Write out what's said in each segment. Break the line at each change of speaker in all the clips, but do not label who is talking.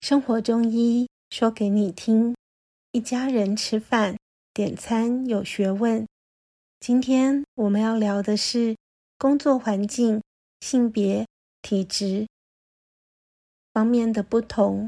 生活中医说给你听，一家人吃饭点餐有学问。今天我们要聊的是工作环境、性别、体质方面的不同。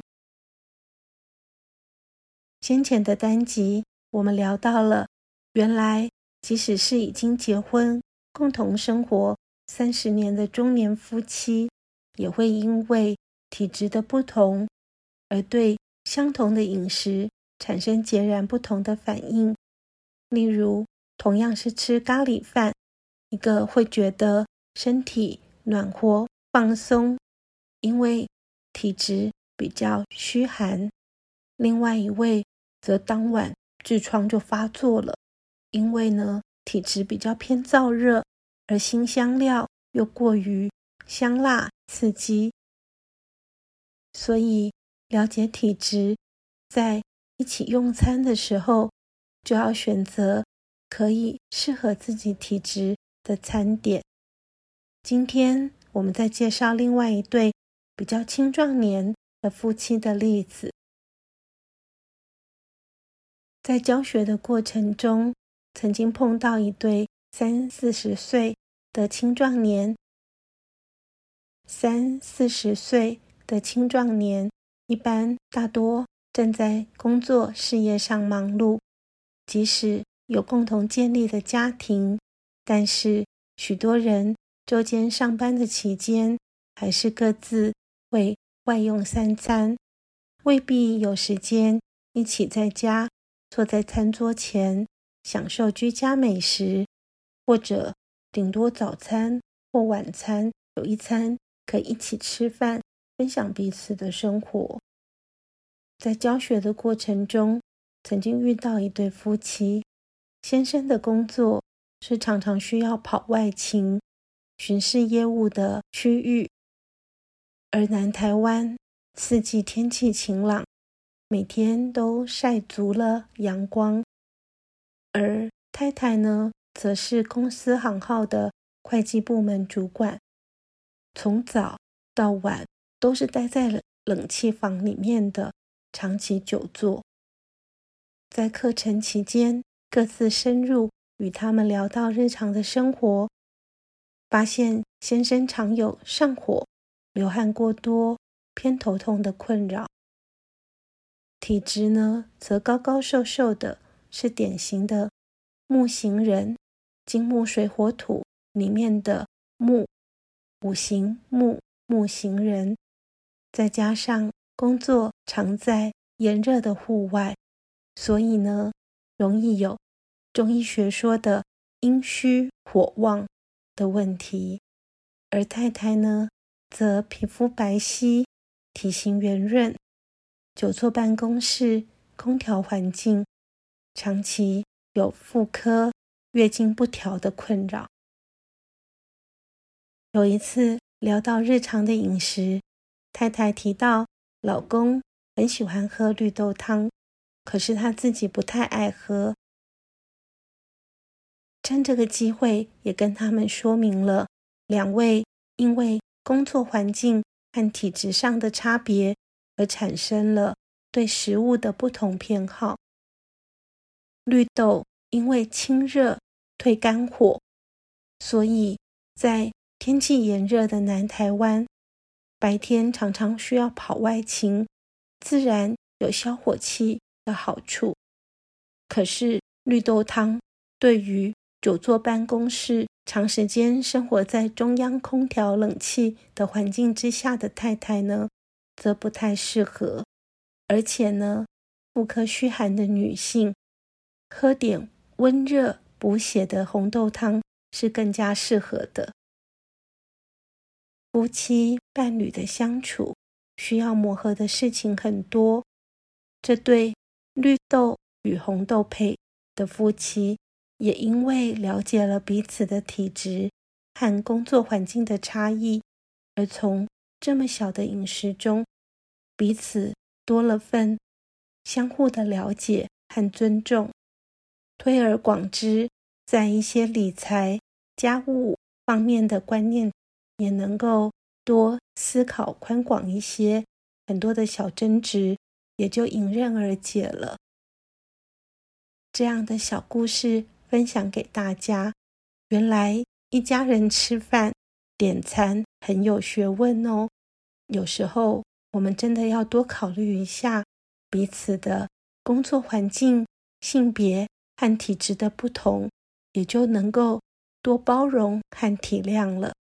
先前的单集我们聊到了，原来即使是已经结婚、共同生活30年的中年夫妻，也会因为体质的不同而对相同的饮食产生截然不同的反应。例如，同样是吃咖喱饭，一个会觉得身体暖和放松，因为体质比较虚寒；另外一位则当晚痔疮就发作了，因为体质比较偏燥热，而辛香料又过于香辣刺激。所以了解体质，在一起用餐的时候，就要选择可以适合自己体质的餐点。今天我们再介绍另外一对比较青壮年的夫妻的例子。在教学的过程中，曾经碰到一对30-40岁的青壮年。30-40岁的青壮年，一般大多正在工作事业上忙碌，即使有共同建立的家庭，但是许多人周间上班的期间，还是各自会外用3餐，未必有时间一起在家坐在餐桌前享受居家美食，或者顶多早餐或晚餐有一餐可以一起吃饭，分享彼此的生活。在教学的过程中，曾经遇到一对夫妻，先生的工作是常常需要跑外勤，巡视业务的区域，而南台湾四季天气晴朗，每天都晒足了阳光，而太太则是公司行号的会计部门主管，从早到晚都是待在冷气房里面的，长期久坐。在课程期间，各自深入与他们聊到日常的生活，发现先生常有上火、流汗过多、偏头痛的困扰。体质则高高瘦瘦的，是典型的木型人，金木水火土里面的木，五行木型人，再加上工作常在炎热的户外，所以容易有中医学说的阴虚火旺的问题。而太太则皮肤白皙，体型圆润，久坐办公室，空调环境，长期有妇科月经不调的困扰。有一次聊到日常的饮食，太太提到老公很喜欢喝绿豆汤，可是他自己不太爱喝。趁这个机会也跟他们说明了两位因为工作环境和体质上的差别而产生了对食物的不同偏好。绿豆因为清热退肝火，所以在天气炎热的南台湾，白天常常需要跑外勤，自然有消火气的好处。可是绿豆汤对于久坐办公室、长时间生活在中央空调冷气的环境之下的太太则不太适合。而且妇科虚寒的女性，喝点温热补血的红豆汤是更加适合的。夫妻伴侣的相处需要磨合的事情很多，这对绿豆与红豆配的夫妻也因为了解了彼此的体质和工作环境的差异，而从这么小的饮食中彼此多了份相互的了解和尊重。推而广之，在一些理财、家务方面的观念也能够多思考宽广一些， 很多的小争执也就迎刃而解了。这样的小故事分享给大家，原来一家人吃饭点餐很有学问哦。有时候我们真的要多考虑一下彼此的工作环境、性别和体质的不同，也就能够多包容和体谅了。